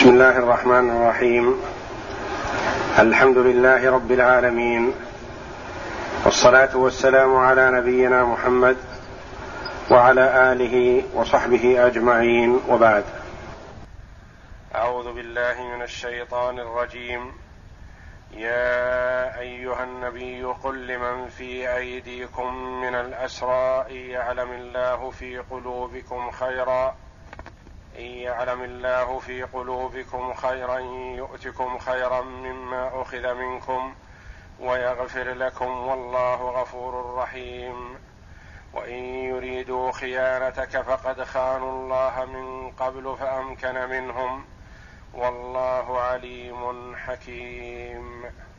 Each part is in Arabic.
بسم الله الرحمن الرحيم. الحمد لله رب العالمين، والصلاة والسلام على نبينا محمد وعلى آله وصحبه أجمعين، وبعد. أعوذ بالله من الشيطان الرجيم. يا أيها النبي قل لمن في أيديكم من الأسرى إن يعلم الله في قلوبكم خيرا يؤتكم خيرا مما أخذ منكم ويغفر لكم والله غفور رحيم. وإن يريدوا خيانتك فقد خانوا الله من قبل فأمكن منهم والله عليم حكيم.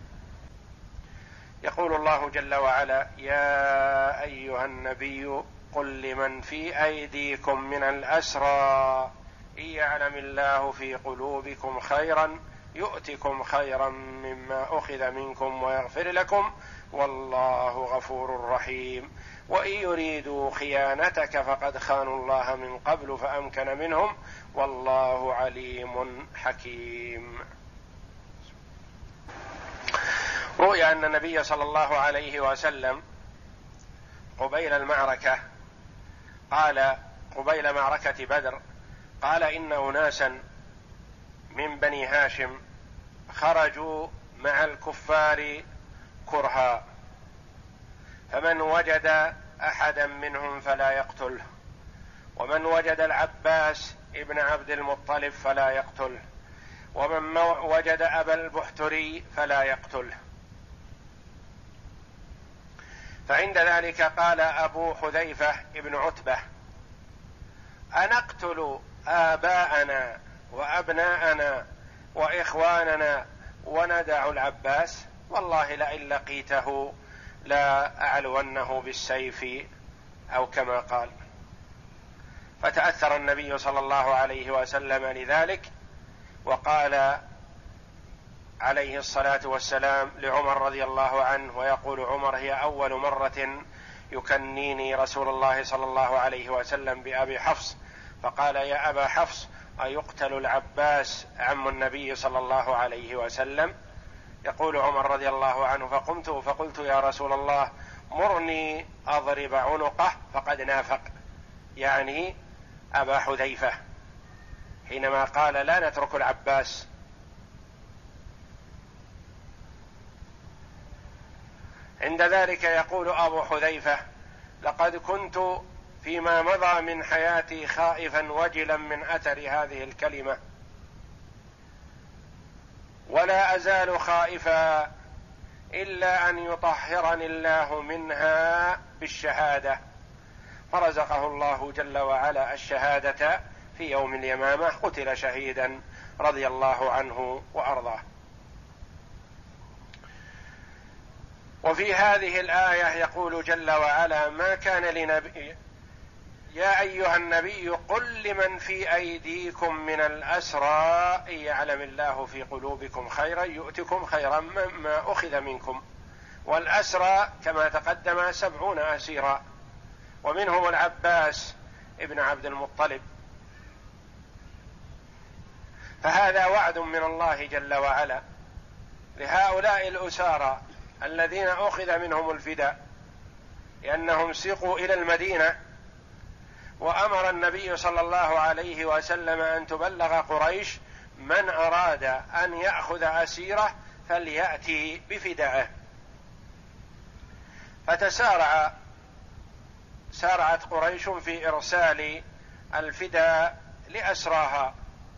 يقول الله جل وعلا: يا أيها النبي قل لمن في أيديكم من الأسرى إن يعلم الله في قلوبكم خيرا يؤتكم خيرا مما أخذ منكم ويغفر لكم والله غفور رحيم. وإن يريدوا خيانتك فقد خانوا الله من قبل فأمكن منهم والله عليم حكيم. رؤي أن النبي صلى الله عليه وسلم قبيل المعركة قبيل معركة بدر قال: إن أناسا من بني هاشم خرجوا مع الكفار كرها، فمن وجد أحدا منهم فلا يقتله، ومن وجد العباس ابن عبد المطلب فلا يقتله، ومن وجد أبا البحتري فلا يقتله. فعند ذلك قال أبو حذيفة ابن عتبة: أنقتل آباءنا وأبناءنا وإخواننا وندع العباس؟ والله لئن لقيته لا أعلونه بالسيف، أو كما قال. فتأثر النبي صلى الله عليه وسلم لذلك، وقال عليه الصلاة والسلام لعمر رضي الله عنه، ويقول عمر: هي أول مرة يكنيني رسول الله صلى الله عليه وسلم بأبي حفص، فقال: يا أبا حفص أيقتل العباس عم النبي صلى الله عليه وسلم؟ يقول عمر رضي الله عنه: فقلت يا رسول الله مرني أضرب عنقه فقد نافق، يعني أبا حذيفة، حينما قال: لا نترك العباس. عند ذلك يقول أبو حذيفة: لقد كنت فيما مضى من حياتي خائفا وجلا من أثر هذه الكلمة، ولا أزال خائفا إلا أن يطهرني الله منها بالشهادة. فرزقه الله جل وعلا الشهادة في يوم اليمامة، قتل شهيدا رضي الله عنه وأرضاه. وفي هذه الآية يقول جل وعلا: ما كان لنبي يا أيها النبي قل لمن في أيديكم من الأسرى إن يعلم الله في قلوبكم خيرا يؤتكم خيرا مما أخذ منكم. والأسرى كما تقدم 70 أسيرا، ومنهم العباس ابن عبد المطلب. فهذا وعد من الله جل وعلا لهؤلاء الأسارى الذين أخذ منهم الفداء، لأنهم سيقوا إلى المدينة، وأمر النبي صلى الله عليه وسلم أن تبلغ قريش: من أراد أن يأخذ أسيره فليأتي بفدائه. سارعت قريش في إرسال الفداء لأسراها.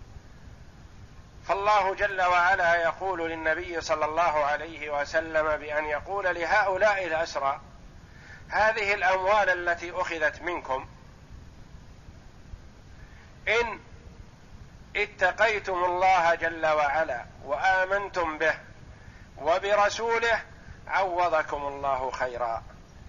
فالله جل وعلا يقول للنبي صلى الله عليه وسلم بأن يقول لهؤلاء الأسرى: هذه الأموال التي أخذت منكم إن اتقيتم الله جل وعلا وآمنتم به وبرسوله عوضكم الله خيرا،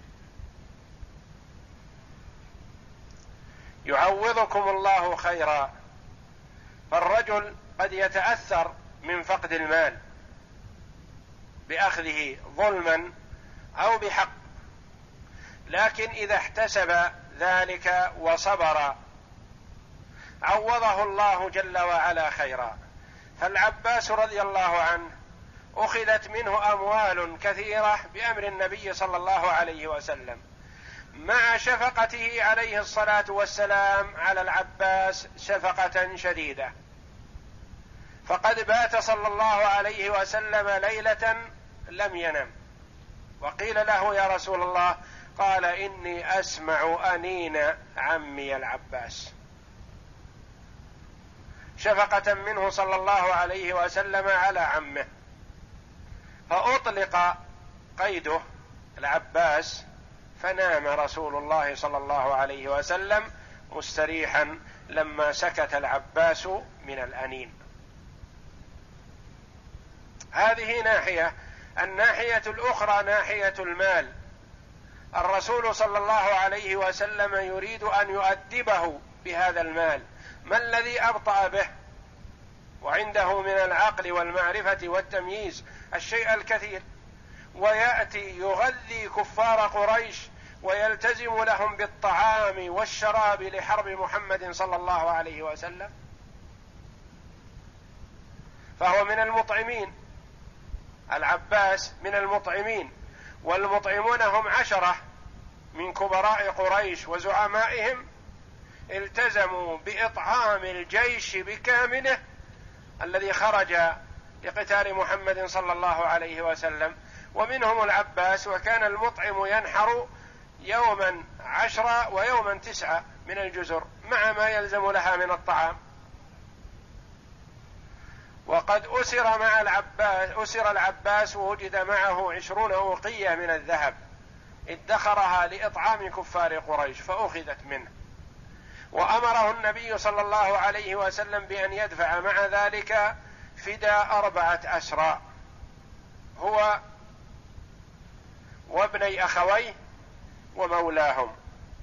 يعوضكم الله خيرا. فالرجل قد يتأثر من فقد المال بأخذه ظلما أو بحق، لكن إذا احتسب ذلك وصبر عوضه الله جل وعلا خيرا. فالعباس رضي الله عنه أخذت منه أموال كثيرة بأمر النبي صلى الله عليه وسلم، مع شفقته عليه الصلاة والسلام على العباس شفقة شديدة، فقد بات صلى الله عليه وسلم ليلة لم ينم، وقيل له يا رسول الله، قال إني أسمع أنين عمي العباس، شفقة منه صلى الله عليه وسلم على عمه، فأطلق قيده العباس، فنام رسول الله صلى الله عليه وسلم مستريحا لما سكت العباس من الأنين. هذه ناحية. الناحية الأخرى ناحية المال، الرسول صلى الله عليه وسلم يريد أن يؤدبه بهذا المال، ما الذي أبطأ به وعنده من العقل والمعرفة والتمييز الشيء الكثير، ويأتي يغذي كفار قريش ويلتزم لهم بالطعام والشراب لحرب محمد صلى الله عليه وسلم، فهو من المطعمين، العباس من المطعمين، والمطعمون هم 10 من كبراء قريش وزعمائهم التزموا بإطعام الجيش بكامله الذي خرج لقتال محمد صلى الله عليه وسلم، ومنهم العباس، وكان المطعم ينحر يوما 10 ويوما 9 من الجزر مع ما يلزم لها من الطعام. وقد أسر العباس ووجد معه 20 أوقية من الذهب ادخرها لإطعام كفار قريش فأخذت منه، وأمره النبي صلى الله عليه وسلم بأن يدفع مع ذلك فداء 4 أسرى، هو وابني أخويه ومولاهم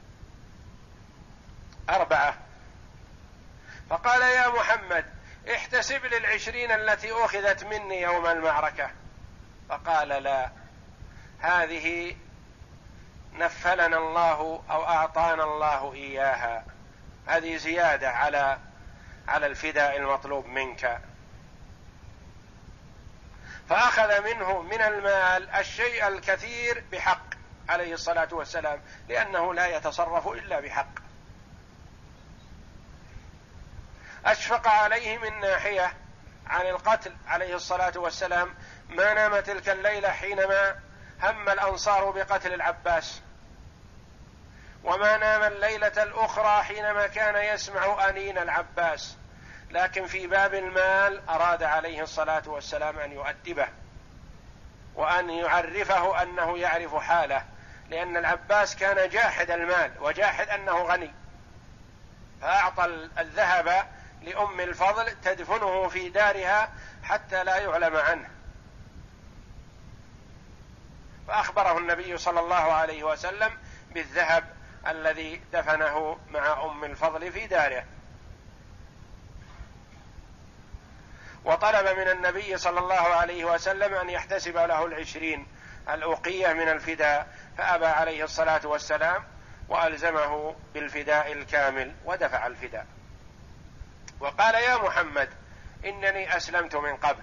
4. فقال يا محمد احتسب لي 20 التي أخذت مني يوم المعركة، فقال لا، هذه نفلنا الله أو أعطانا الله إياها، هذه زيادة على الفداء المطلوب منك. فأخذ منه من المال الشيء الكثير بحق عليه الصلاة والسلام، لأنه لا يتصرف إلا بحق. أشفق عليه من ناحية عن القتل عليه الصلاة والسلام، ما نام تلك الليلة حينما هم الأنصار بقتل العباس، وما نام الليلة الأخرى حينما كان يسمع أنين العباس، لكن في باب المال أراد عليه الصلاة والسلام أن يؤدبه وأن يعرفه أنه يعرف حاله، لأن العباس كان جاحد المال وجاحد أنه غني، فأعطى الذهب لأم الفضل تدفنه في دارها حتى لا يعلم عنه، فأخبره النبي صلى الله عليه وسلم بالذهب الذي دفنه مع أم الفضل في داره. وطلب من النبي صلى الله عليه وسلم أن يحتسب له 20 الأوقية من الفداء، فأبى عليه الصلاة والسلام وألزمه بالفداء الكامل ودفع الفداء، وقال يا محمد إنني أسلمت من قبل،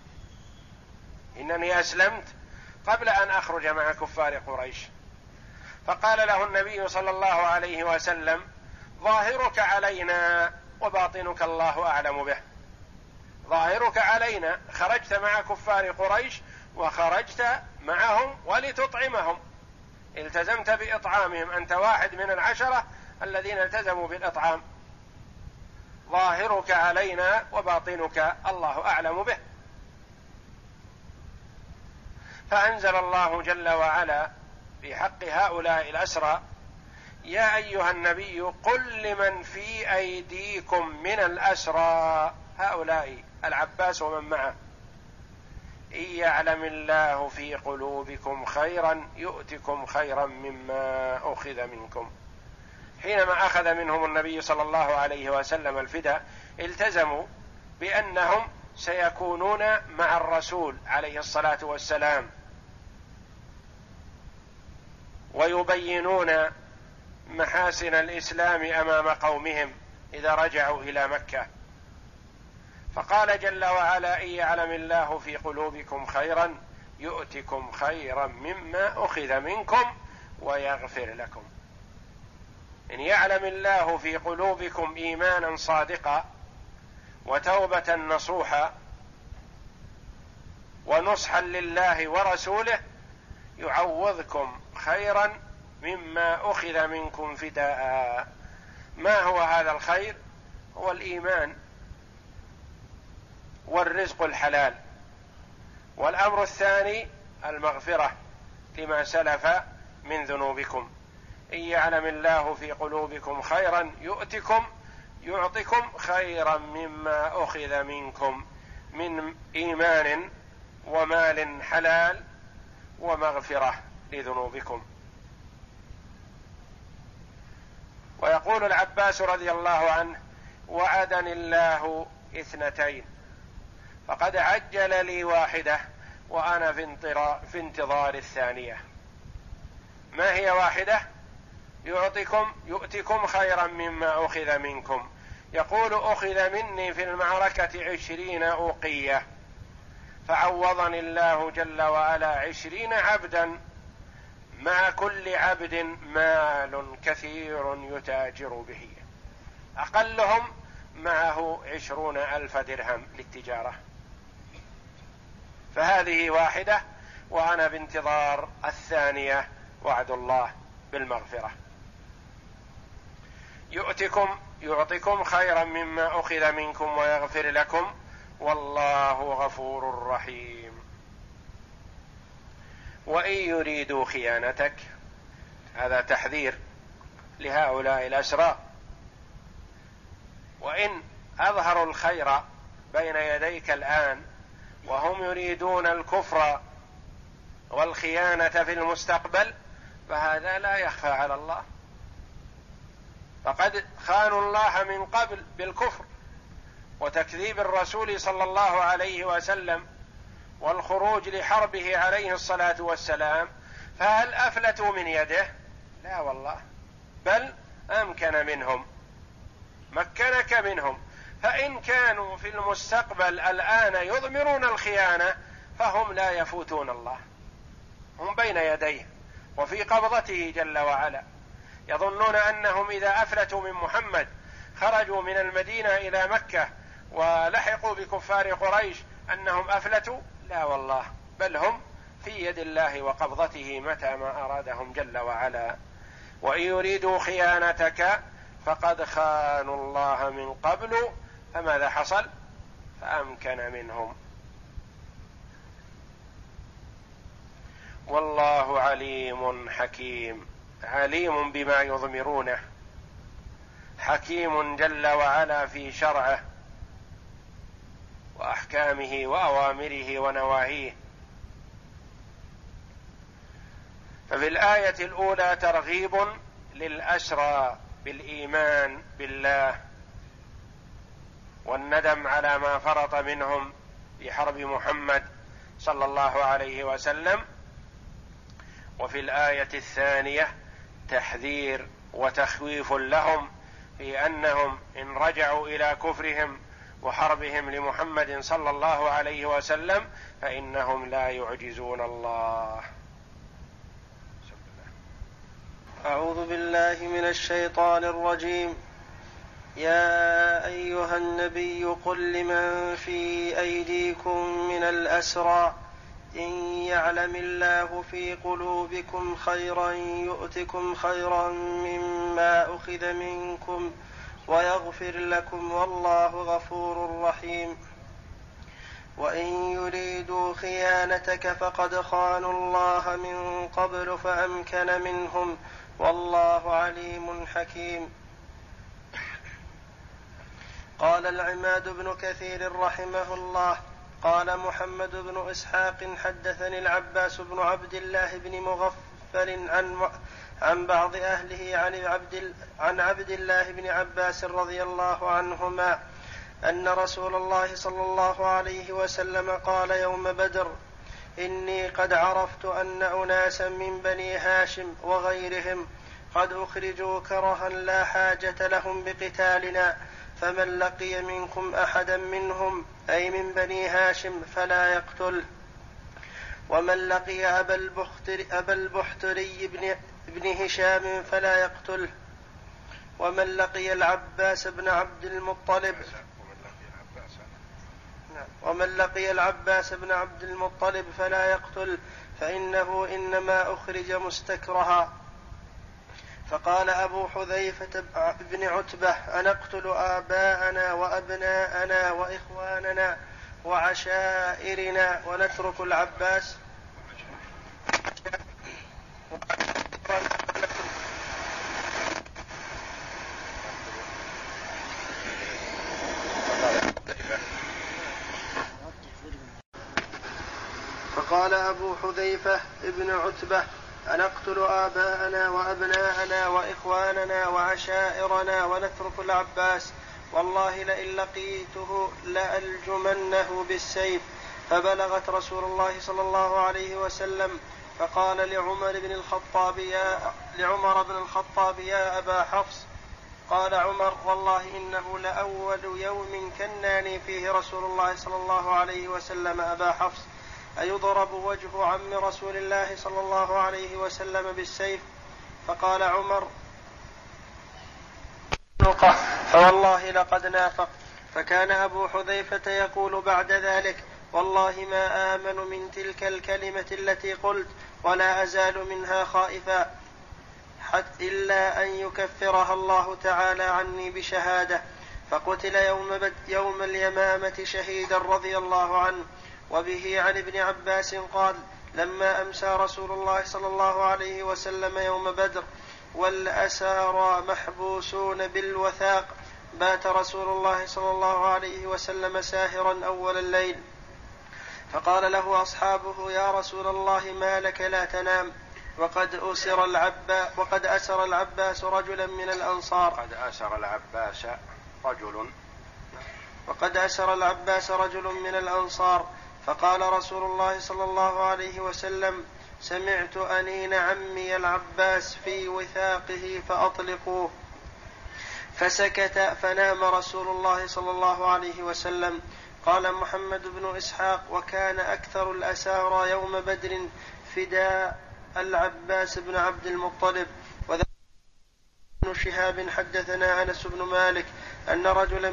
إنني أسلمت قبل أن أخرج مع كفار قريش. فقال له النبي صلى الله عليه وسلم ظاهرك علينا وباطنك الله أعلم به، ظاهرك علينا، خرجت مع كفار قريش وخرجت معهم ولتطعمهم، التزمت بإطعامهم، أنت واحد من 10 الذين التزموا بالإطعام، ظاهرك علينا وباطنك الله أعلم به. فأنزل الله جل وعلا في حق هؤلاء الأسرى يا أيها النبي قل لمن في أيديكم من الأسرى، هؤلاء العباس ومن معه، إن يعلم الله في قلوبكم خيرا يؤتكم خيرا مما أخذ منكم. حينما أخذ منهم النبي صلى الله عليه وسلم الفداء التزموا بأنهم سيكونون مع الرسول عليه الصلاة والسلام ويبينون محاسن الإسلام أمام قومهم إذا رجعوا إلى مكة، فقال جل وعلا: إن يعلم الله في قلوبكم خيرا يؤتكم خيرا مما أخذ منكم ويغفر لكم. إن يعلم الله في قلوبكم إيمانا صادقا وتوبة نصوحا ونصحا لله ورسوله يعوضكم خيرا مما أخذ منكم فداء. ما هو هذا الخير؟ هو الإيمان والرزق الحلال. والأمر الثاني المغفرة لما سلف من ذنوبكم. إن يعلم الله في قلوبكم خيرا يعطكم خيرا مما أخذ منكم من إيمان ومال حلال ومغفرة لذنوبكم. ويقول العباس رضي الله عنه: وعدني الله 2 فقد عجل لي 1 وأنا في انتظار 2. ما هي 1؟ يؤتكم خيرا مما أخذ منكم. يقول: أخذ مني في المعركة 20 أوقية، فعوضني الله جل وعلا 20 عبدا، مع كل عبد مال كثير يتاجر به، أقلهم معه 20,000 درهم للتجارة. فهذه 1 وأنا بانتظار 2 وعد الله بالمغفرة. يعطكم خيرا مما أخذ منكم ويغفر لكم والله غفور رحيم. وإن يريدوا خيانتك، هذا تحذير لهؤلاء الأسرى. وإن أظهروا الخير بين يديك الآن وهم يريدون الكفر والخيانة في المستقبل فهذا لا يخفى على الله، فقد خانوا الله من قبل بالكفر وتكذيب الرسول صلى الله عليه وسلم والخروج لحربه عليه الصلاة والسلام، فهل أفلتوا من يده؟ لا والله، بل أمكن منهم، مكنك منهم. فإن كانوا في المستقبل الآن يضمرون الخيانة فهم لا يفوتون الله، هم بين يديه وفي قبضته جل وعلا. يظنون أنهم إذا أفلتوا من محمد خرجوا من المدينة إلى مكة ولحقوا بكفار قريش أنهم أفلتوا، لا والله، بل هم في يد الله وقبضته متى ما أرادهم جل وعلا. وإن يريدوا خيانتك فقد خانوا الله من قبل، فماذا حصل؟ فأمكن منهم. والله عليم حكيم، عليم بما يضمرونه، حكيم جل وعلا في شرعه وأحكامه وأوامره ونواهيه. ففي الآية الأولى ترغيب للأسرى بالإيمان بالله والندم على ما فرط منهم في حرب محمد صلى الله عليه وسلم. وفي الآية الثانية تحذير وتخويف لهم في أنهم إن رجعوا إلى كفرهم وحربهم لمحمد صلى الله عليه وسلم فإنهم لا يعجزون الله. أعوذ بالله من الشيطان الرجيم. يا أيها النبي قل لمن في أيديكم من الأسرى إن يعلم الله في قلوبكم خيرا يؤتكم خيرا مما أخذ منكم ويغفر لكم والله غفور رحيم. وإن يريدوا خيانتك فقد خانوا الله من قبل فأمكن منهم والله عليم حكيم. قال العماد بن كثير رحمه الله: قال محمد بن إسحاق حدثني العباس بن عبد الله بن مغفل عن بعض أهله عن عبد الله بن عباس رضي الله عنهما أن رسول الله صلى الله عليه وسلم قال يوم بدر: إني قد عرفت أن أناسا من بني هاشم وغيرهم قد أخرجوا كرها لا حاجة لهم بقتالنا، فمن لقي منكم أحدا منهم أي من بني هاشم فلا يقتله. ومن لقي أبا البحتري بن هشام فلا يقتله. ومن لقي العباس بن عبد المطلب فلا يقتل، فإنه إنما أخرج مستكرها. فقال أبو حذيفة بن عتبة: أنقتل آباءنا وأبناءنا وإخواننا وعشائرنا ونترك العباس؟ فقال أبو حذيفة بن عتبة: أنقتل آباءنا وأبناءنا وإخواننا وعشائرنا ونترك العباس؟ والله لئن لقيته لألجمنه بالسيف. فبلغت رسول الله صلى الله عليه وسلم فقال لعمر بن الخطاب: يا أبا حفص. قال عمر: والله إنه لأول يوم كناني فيه رسول الله صلى الله عليه وسلم أبا حفص، أيضرب وجه عم رسول الله صلى الله عليه وسلم بالسيف؟ فقال عمر: فوالله لقد نافق. فكان أبو حذيفة يقول بعد ذلك: والله ما آمن من تلك الكلمة التي قلت، ولا أزال منها خائفا حتى إلا أن يكفرها الله تعالى عني بشهادة. فقتل يوم اليمامة شهيدا رضي الله عنه. وبه عن ابن عباس قال: لما أمسى رسول الله صلى الله عليه وسلم يوم بدر والأسارى محبوسون بالوثاق، بات رسول الله صلى الله عليه وسلم ساهرا أول الليل، فقال له أصحابه: يا رسول الله ما لك لا تنام؟ وقد أسر العباس رجلا من الأنصار. وقد أسر العباس رجل من الأنصار. فقال رسول الله صلى الله عليه وسلم: سمعت أنين عمي العباس في وثاقه فأطلقوه. فسكت فنام رسول الله صلى الله عليه وسلم. قال محمد بن إسحاق: وكان أكثر الأسارى يوم بدر فداء العباس بن عبد المطلب. وذكر ابن شهاب حدثنا أنس بن مالك أن رجلا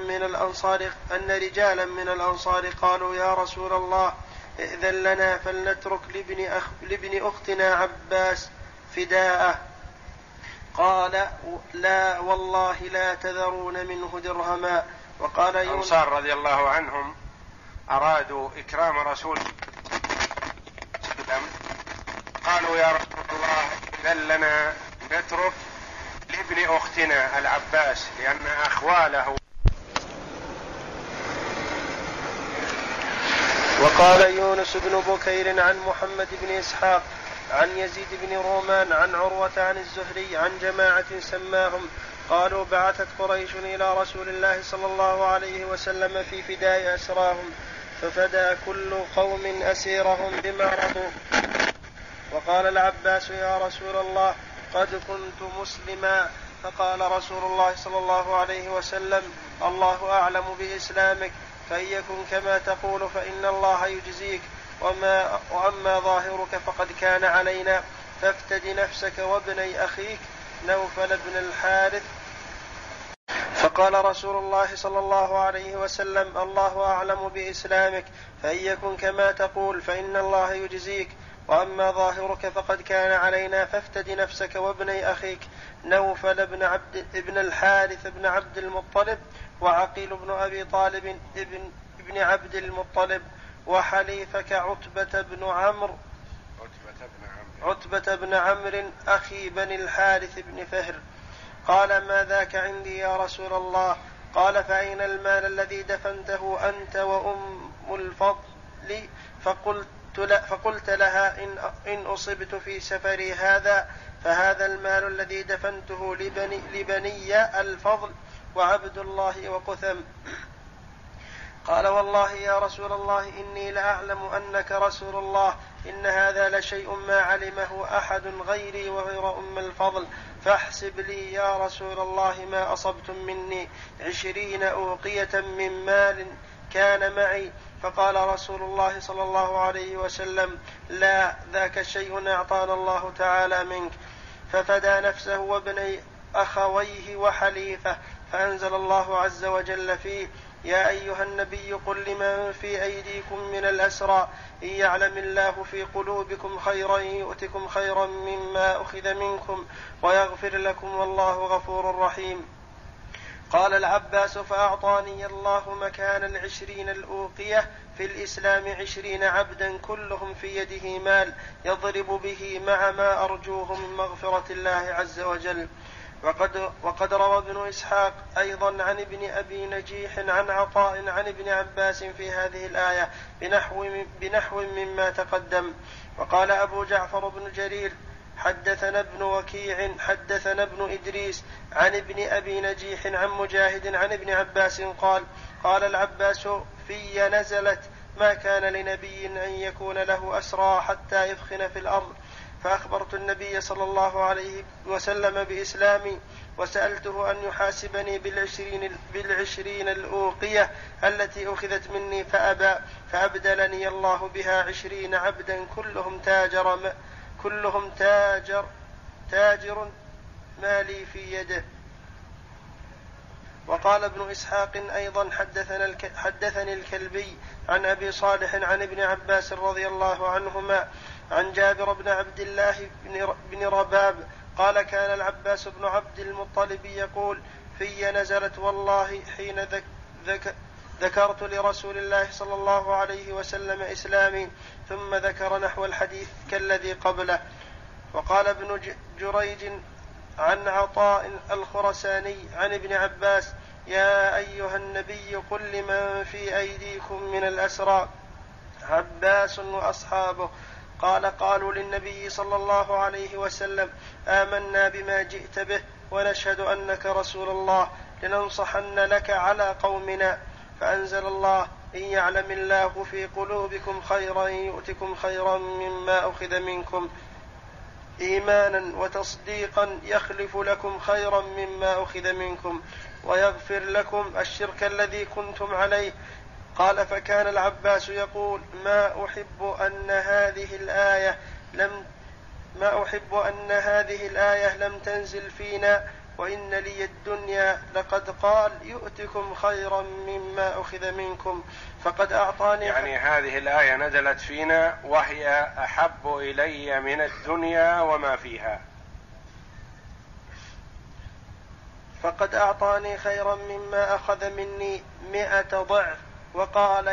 من الأنصار قالوا: يا رسول الله ائذن لنا فلنترك لابن أختنا عباس فداءه. قال: لا والله لا تذرون منه درهما. وقال الأنصار رضي الله عنهم أرادوا إكرام رسول الله، قالوا: يا رسول الله ائذن لنا نترك لابن أختنا العباس لأن أخواله. وقال يونس بن بكير عن محمد بن إسحاق عن يزيد بن رومان عن عروة عن الزهري عن جماعة سماهم قالوا: بعثت قريش إلى رسول الله صلى الله عليه وسلم في فداء أسراهم، ففدى كل قوم أسيرهم بما رضوا. وقال العباس: يا رسول الله قد كنت مسلما. فقال رسول الله صلى الله عليه وسلم: الله أعلم بإسلامك، فإن يكن كما تقول فإن الله يجزيك، وأما ظاهرك فقد كان علينا، فافتد نفسك وابني أخيك نوفل بن الحارث. فقال رسول الله صلى الله عليه وسلم: الله أعلم بإسلامك، فإن يكن كما تقول فإن الله يجزيك، وأما ظاهرك فقد كان علينا، فافتد نفسك وابني أخيك نوفل بن الحارث بن عبد المطلب، وعقيل بن أبي طالب ابن عبد المطلب، وحليفك عتبة بن عمرو أخي بني الحارث بن فهر. قال: ما ذاك عندي يا رسول الله؟ قال: فأين المال الذي دفنته أنت وأم الفضل؟ فقلت لها: إن أصبت في سفري هذا فهذا المال الذي دفنته لبني الفضل وعبد الله وقثم. قال والله يا رسول الله إني لأعلم أنك رسول الله، إن هذا لشيء ما علمه أحد غيري وغير أم الفضل، فاحسب لي يا رسول الله ما أصبتم مني 20 أوقية من مال كان معي. فقال رسول الله صلى الله عليه وسلم لا، ذاك شيء أعطانا الله تعالى منك. ففدى نفسه وابني أخويه وحليفه، فأنزل الله عز وجل فيه يا أيها النبي قل لمن في أيديكم من الأسرى إن يعلم الله في قلوبكم خيرا يؤتكم خيرا مما أخذ منكم ويغفر لكم والله غفور رحيم. قال العباس فأعطاني الله مكان 20 الأوقية في الإسلام 20 عبدا كلهم في يده مال يضرب به مع ما أرجوه من مغفرة الله عز وجل. وقد روى ابن إسحاق أيضا عن ابن أبي نجيح عن عطاء عن ابن عباس في هذه الآية بنحو مما تقدم. وقال أبو جعفر بن جرير حدثنا ابن وكيع حدثنا ابن إدريس عن ابن أبي نجيح عن مجاهد عن ابن عباس قال العباس في نزلت ما كان لنبي أن يكون له أسرى حتى يثخن في الأرض، فأخبرت النبي صلى الله عليه وسلم بإسلامي وسألته أن يحاسبني بالعشرين الأوقية التي أخذت مني فأبى، فأبدلني الله بها 20 عبدا كلهم تاجر مالي في يده. وقال ابن إسحاق أيضا حدثني الكلبي عن أبي صالح عن ابن عباس رضي الله عنهما عن جابر بن عبد الله بن رباب قال كان العباس بن عبد المطلب يقول في نزلت والله حين ذكرت لرسول الله صلى الله عليه وسلم إسلامي، ثم ذكر نحو الحديث كالذي قبله. وقال ابن جريج عن عطاء الخرساني عن ابن عباس يا أيها النبي قل لمن في أيديكم من الأسرى عباس وأصحابه قالوا للنبي صلى الله عليه وسلم آمنا بما جئت به ونشهد أنك رسول الله لننصحن لك على قومنا. فأنزل الله إن يعلم الله في قلوبكم خيرا يؤتكم خيرا مما أخذ منكم إيمانا وتصديقا يخلف لكم خيرا مما أخذ منكم ويغفر لكم الشرك الذي كنتم عليه. قال فكان العباس يقول ما أحب أن هذه الآية لم تنزل فينا وإن لي الدنيا لقد قال يؤتكم خيرا مما أخذ منكم فقد أعطاني. يعني هذه الآية نزلت فينا وهي أحب إلي من الدنيا وما فيها، فقد أعطاني خيرا مما أخذ مني 100 ضعف. وقال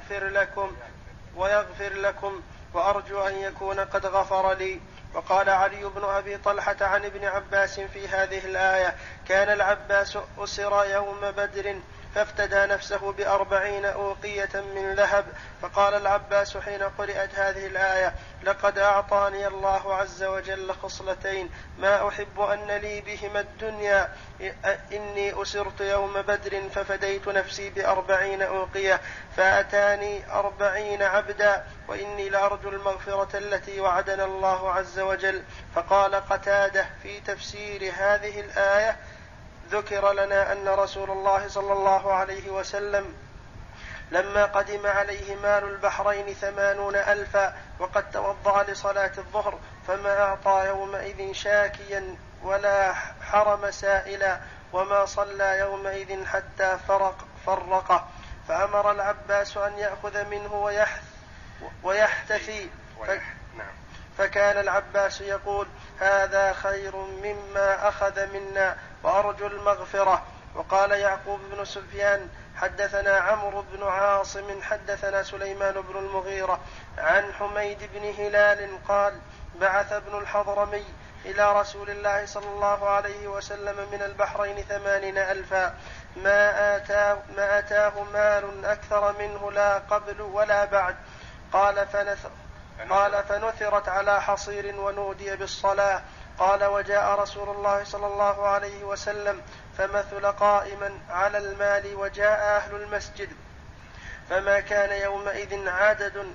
ويغفر لكم وأرجو أن يكون قد غفر لي. وقال علي بن أبي طلحة عن ابن عباس في هذه الآية كان العباس أسر يوم بدر فافتدى نفسه ب40 أوقية من ذهب. فقال العباس حين قرأت هذه الآية لقد أعطاني الله عز وجل خصلتين ما أحب أن لي بهما الدنيا، إني أسرت يوم بدر ففديت نفسي ب40 أوقية فأتاني 40 عبدا، وإني لأرجو المغفرة التي وعدنا الله عز وجل. فقال قتادة في تفسير هذه الآية ذكر لنا أن رسول الله صلى الله عليه وسلم لما قدم عليه مال البحرين 80,000 وقد توضأ لصلاة الظهر فما أعطى يومئذ شاكيا ولا حرم سائلا وما صلى يومئذ حتى فرقه، فأمر العباس أن يأخذ منه ويحتفي فكان العباس يقول هذا خير مما أخذ منا وأرجو المغفرة. وقال يعقوب بن سفيان حدثنا عمرو بن عاصم حدثنا سليمان بن المغيرة عن حميد بن هلال قال بعث ابن الحضرمي إلى رسول الله صلى الله عليه وسلم من البحرين 80,000 ما أتاه مال أكثر منه لا قبل ولا بعد. قال فنثرت على حصير ونودي بالصلاة. قال وجاء رسول الله صلى الله عليه وسلم فمثل قائما على المال وجاء أهل المسجد فما كان يومئذ عدد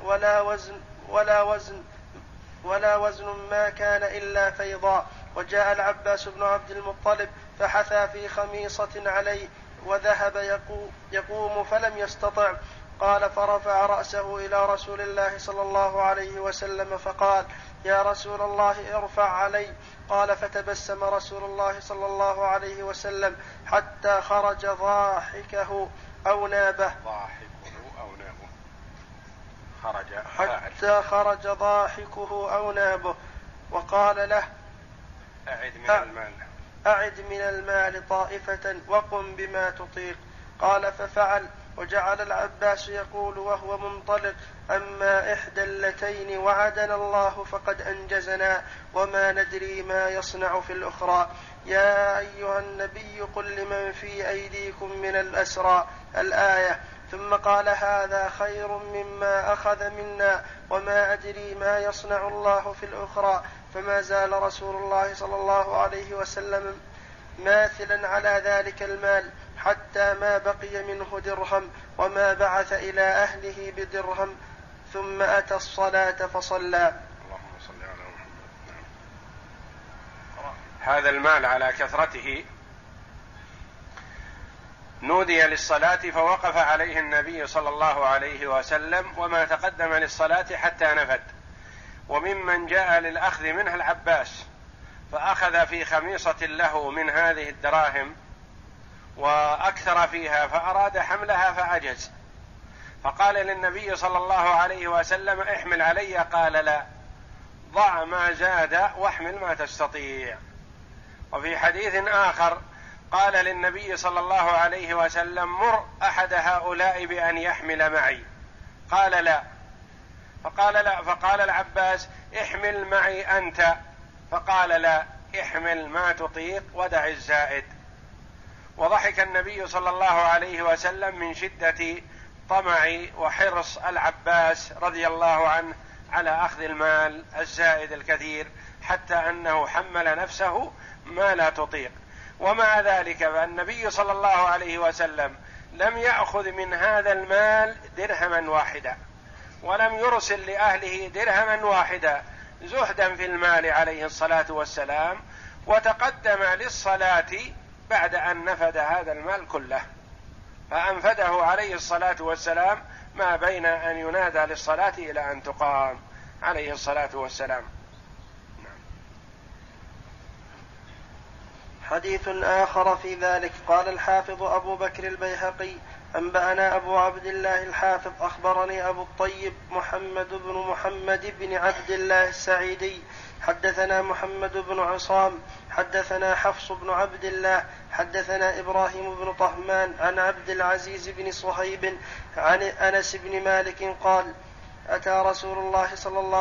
ولا وزن ما كان إلا فيضا. وجاء العباس بن عبد المطلب فحثى في خميصة عليه وذهب يقوم فلم يستطع. قال فرفع رأسه إلى رسول الله صلى الله عليه وسلم فقال يا رسول الله ارفع علي. قال فتبسم رسول الله صلى الله عليه وسلم حتى خرج ضاحكه أو نابه خرج ضاحكه أو نابه وقال له أعد من المال طائفة وقم بما تطيق. قال ففعل. وجعل العباس يقول وهو منطلق أما إحدى اللتين وعدنا الله فقد أنجزنا وما ندري ما يصنع في الأخرى. يا أيها النبي قل لمن في أيديكم من الأسرى الآية. ثم قال هذا خير مما أخذ منا وما أدري ما يصنع الله في الأخرى. فما زال رسول الله صلى الله عليه وسلم ماثلا على ذلك المال حتى ما بقي منه درهم وما بعث إلى أهله بدرهم ثم أتى الصلاة فصلى. اللهم صل على محمد. هذا المال على كثرته نودي للصلاة فوقف عليه النبي صلى الله عليه وسلم وما تقدم للصلاة حتى نفد. وممن جاء للأخذ منها العباس فأخذ في خميصة له من هذه الدراهم وأكثر فيها فأراد حملها فعجز، فقال للنبي صلى الله عليه وسلم احمل علي. قال لا، ضع ما زاد واحمل ما تستطيع. وفي حديث آخر قال للنبي صلى الله عليه وسلم مر أحد هؤلاء بأن يحمل معي. قال لا، فقال العباس احمل معي أنت. فقال لا، احمل ما تطيق ودع الزائد. وضحك النبي صلى الله عليه وسلم من شدة طمع وحرص العباس رضي الله عنه على أخذ المال الزائد الكثير حتى أنه حمل نفسه ما لا تطيق. ومع ذلك فالنبي صلى الله عليه وسلم لم يأخذ من هذا المال درهما واحدا ولم يرسل لأهله درهما واحدا زهدا في المال عليه الصلاة والسلام، وتقدم للصلاة بعد أن نفد هذا المال كله، فأنفده عليه الصلاة والسلام ما بين أن ينادى للصلاة إلى أن تقام عليه الصلاة والسلام. حديث آخر في ذلك. قال الحافظ أبو بكر البيهقي أنبأنا أبو عبد الله الحافظ أخبرني أبو الطيب محمد بن عبد الله السعيدي حدثنا محمد بن عصام حدثنا حفص بن عبد الله حدثنا إبراهيم بن طهمان عن عبد العزيز بن صهيب عن أنس بن مالك قال أتي رسول الله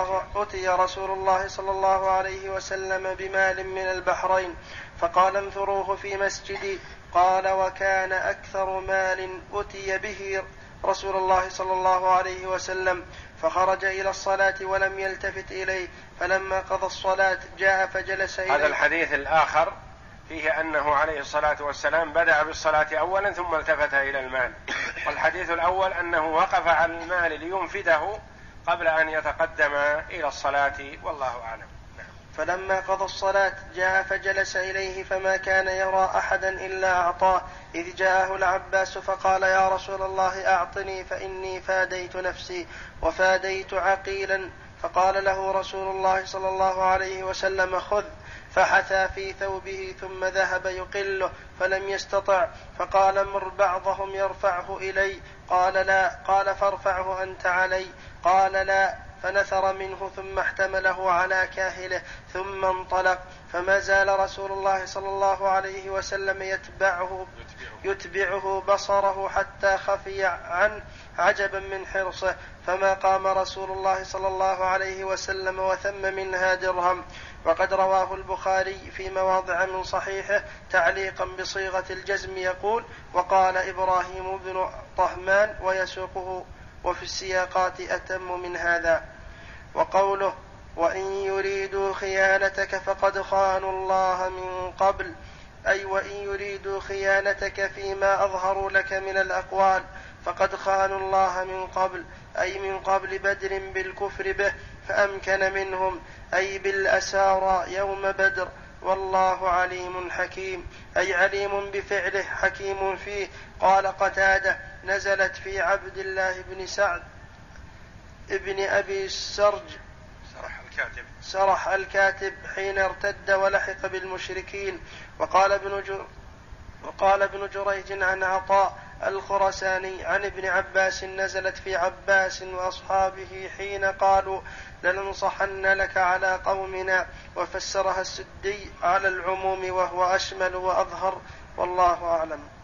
صلى الله عليه وسلم بمال من البحرين فقال انثروه في مسجدي. قال وكان أكثر مال أتي به رسول الله صلى الله عليه وسلم فخرج إلى الصلاة ولم يلتفت إليه فلما قضى الصلاة جاء فجلس إليه. هذا الحديث الآخر فيه أنه عليه الصلاة والسلام بدأ بالصلاة أولا ثم التفت إلى المال، والحديث الأول أنه وقف على المال لينفده قبل أن يتقدم إلى الصلاة والله أعلم. فلما قضى الصلاة جاء فجلس إليه فما كان يرى أحدا إلا أعطاه، إذ جاءه العباس فقال يا رسول الله أعطني فإني فاديت نفسي وفاديت عقيلا. فقال له رسول الله صلى الله عليه وسلم خذ، فحثى في ثوبه ثم ذهب يقله فلم يستطع، فقال مر بعضهم يرفعه إلي. قال لا. قال فارفعه أنت علي. قال لا. فنثر منه ثم احتمله على كاهله ثم انطلق. فما زال رسول الله صلى الله عليه وسلم يتبعه بصره حتى خفي عنه عجبا من حرصه، فما قام رسول الله صلى الله عليه وسلم وثم منها درهم. وقد رواه البخاري في مواضع من صحيحه تعليقا بصيغة الجزم يقول وقال إبراهيم بن طهمان ويسوقه وفي السياقات أتم من هذا. وقوله وإن يريدوا خيانتك فقد خانوا الله من قبل، أي وإن يريدوا خيانتك فيما أظهروا لك من الأقوال فقد خانوا الله من قبل، أي من قبل بدر بالكفر به، فأمكن منهم، أي بالأسارى يوم بدر. والله عليم حكيم، أي عليم بفعله حكيم فيه. قال قتادة: نزلت في عبد الله بن سعد ابن أبي السرج سرح الكاتب حين ارتد ولحق بالمشركين. وقال ابن جريج عن عطاء الخرساني عن ابن عباس: نزلت في عباس وأصحابه حين قالوا: لننصحن لك على قومنا. وفسرها السدي على العموم وهو أشمل وأظهر، والله أعلم.